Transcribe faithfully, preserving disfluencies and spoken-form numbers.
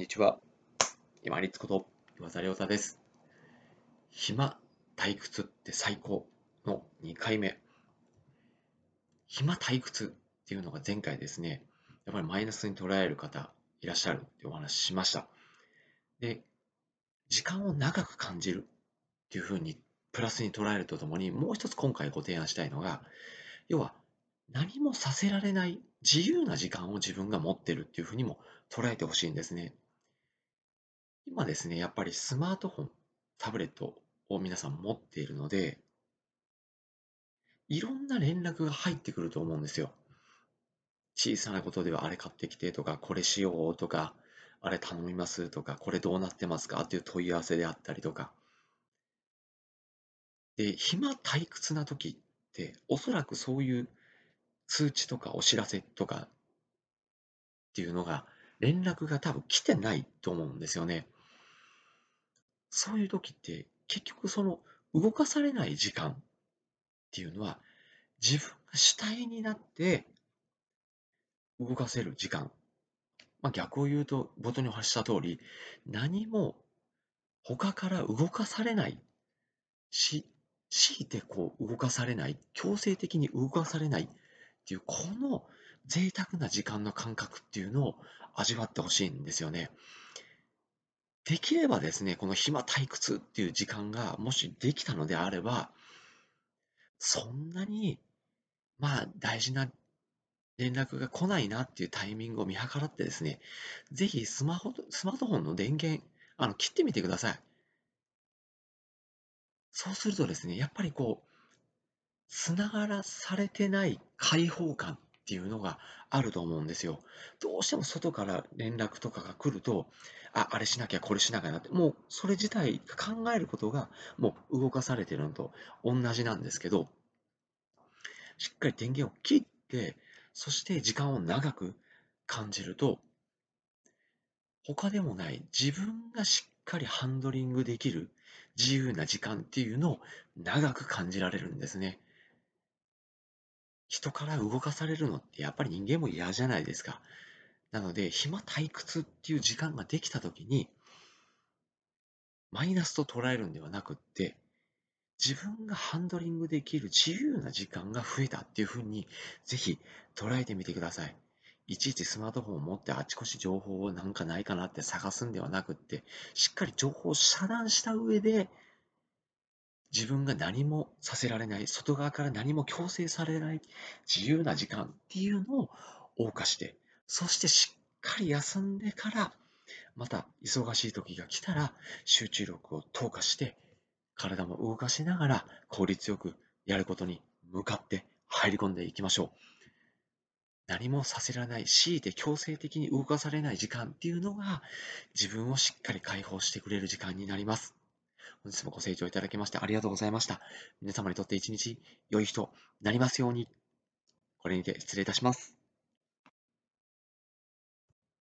にちは。今立こと岩田亮太です。暇、退屈って最高のにかいめ。暇、退屈っていうのが前回ですね、やっぱりマイナスに捉える方いらっしゃるってお話ししました。で、時間を長く感じるっていうふうにプラスに捉えるとともに、もう一つ今回ご提案したいのが、要は何もさせられない自由な時間を自分が持ってるっていうふうにも捉えてほしいんですね。今ですね、やっぱりスマートフォン、タブレットを皆さん持っているので、いろんな連絡が入ってくると思うんですよ。小さなことではあれ買ってきてとか、これしようとか、あれ頼みますとか、これどうなってますかっていう問い合わせであったりとか。で、暇退屈な時って、おそらくそういう通知とかお知らせとかっていうのが、連絡が多分来てないと思うんですよね。そういう時って、結局その動かされない時間っていうのは、自分が主体になって動かせる時間。まあ、逆を言うと、冒頭にお話しした通り、何も他から動かされないし、強いてこう動かされない、強制的に動かされないっていう、この贅沢な時間の感覚っていうのを味わってほしいんですよね。できればですね、この暇退屈っていう時間がもしできたのであれば、そんなに、まあ大事な連絡が来ないなっていうタイミングを見計らってですね、ぜひスマホ、スマートフォンの電源、あの、切ってみてください。そうするとですね、やっぱりこう、つながらされてない解放感っていうのがあると思うんですよ。どうしても外から連絡とかが来ると、あ、あれしなきゃこれしなきゃなって、もうそれ自体考えることがもう動かされてるのと同じなんですけど、しっかり電源を切って、そして時間を長く感じると、他でもない自分がしっかりハンドリングできる自由な時間っていうのを長く感じられるんですね。人から動かされるのってやっぱり人間も嫌じゃないですか。なので、暇退屈っていう時間ができた時に、マイナスと捉えるんではなくって、自分がハンドリングできる自由な時間が増えたっていうふうに、ぜひ捉えてみてください。いちいちスマートフォンを持ってあちこち情報をなんかないかなって探すんではなくって、しっかり情報を遮断した上で、自分が何もさせられない、外側から何も強制されない自由な時間っていうのを謳歌して、そしてしっかり休んでから、また忙しい時が来たら集中力を投下して、体も動かしながら効率よくやることに向かって入り込んでいきましょう。何もさせられない、強いて強制的に動かされない時間っていうのが自分をしっかり解放してくれる時間になります。本日もご清聴いただきましてありがとうございました。皆様にとって一日良い日となりますように。これにて失礼いたします。